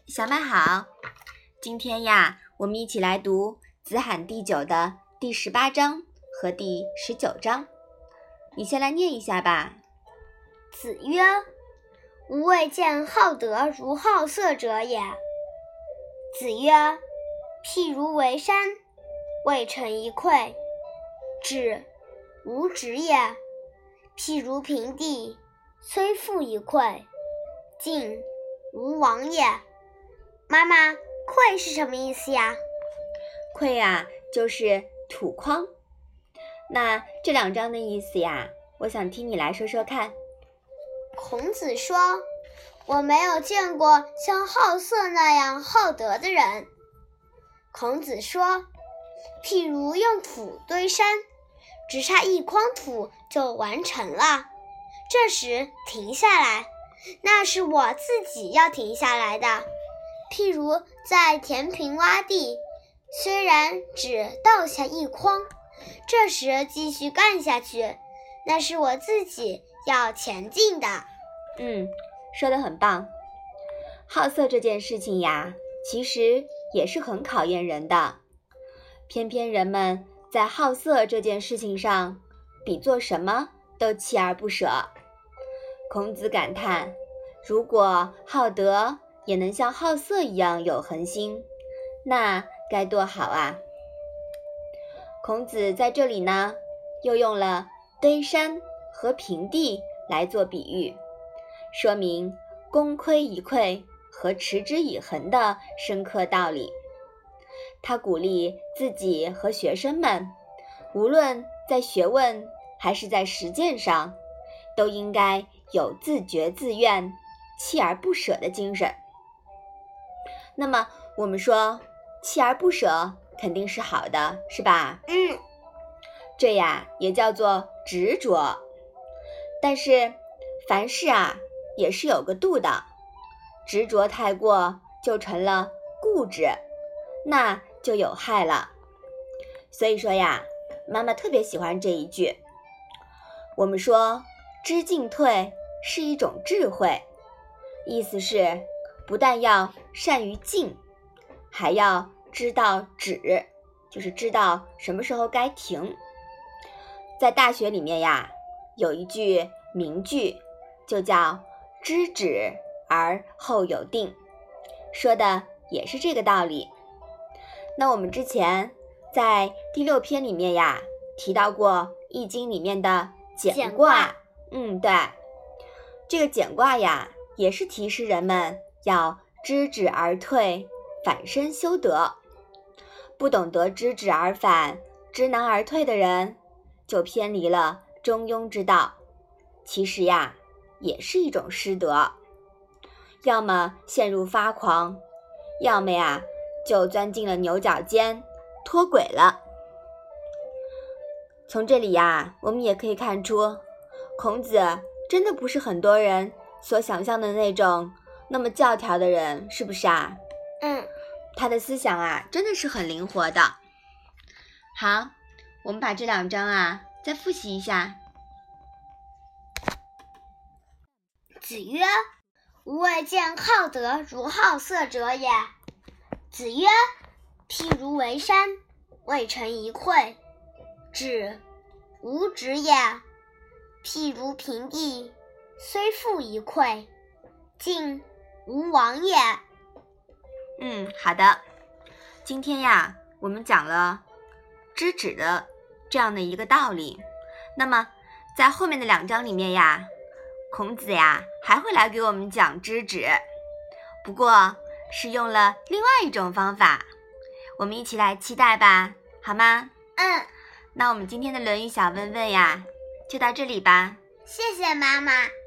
小麦好，今天呀，我们一起来读子罕第9的第18章和第19章。你先来念一下吧。 子曰：吾未见好德如好色者也。子曰：譬如围山，未成一篑，止，无止也；譬如平地，虽覆一篑，进，无往也。妈妈，篑是什么意思呀？ 篑呀，就是土筐。那这2章的意思呀，我想听你来说说看。 孔子说，我没有见过像好色那样好德的人。孔子说，譬如用土堆山，只差一筐土就完成了，这时停下来，那是我自己要停下来的。譬如在填平洼地，虽然只倒下一筐，这时继续干下去，那是我自己要前进的。 说得很棒。好色这件事情呀，其实也是很考验人的。偏偏人们在好色这件事情上，比做什么都锲而不舍。孔子感叹，如果好德也能像好色一样有恒心，那该多好啊！孔子在这里呢，又用了堆山和平地来做比喻，说明功亏一篑和持之以恒的深刻道理。他鼓励自己和学生们，无论在学问还是在实践上，都应该有自觉自愿、锲而不舍的精神。那么我们说锲而不舍肯定是好的，是吧？这呀也叫做执着。但是凡事啊也是有个度的，执着太过就成了固执，那就有害了。所以说呀，妈妈特别喜欢这一句。我们说知进退是一种智慧，意思是不但要善于进，还要知道止，就是知道什么时候该停。在大学里面呀，有一句名句，就叫知止而后有定，说的也是这个道理。那我们之前在第6篇里面呀，提到过易经里面的简卦。对，这个简卦呀，也是提示人们要知止而退，反身修德。不懂得知止而反，知难而退的人，就偏离了中庸之道，其实呀，也是一种失德。要么陷入发狂，要么呀，就钻进了牛角尖，脱轨了。从这里呀，我们也可以看出，孔子真的不是很多人所想象的那么教条的人，是不是啊？他的思想啊，真的是很灵活的。好，我们把这2章啊再复习一下。 子曰：吾未见好德如好色者也。子曰：譬如围山，未成一篑，止，无止也；譬如平地，虽覆一篑，进，无往也。 好的。今天呀，我们讲了知止的这样的一个道理。那么在后面的2章里面呀，孔子呀还会来给我们讲知止，不过是用了另外一种方法。我们一起来期待吧，好吗？ 那我们今天的《论语》小问问呀，就到这里吧。 谢谢妈妈。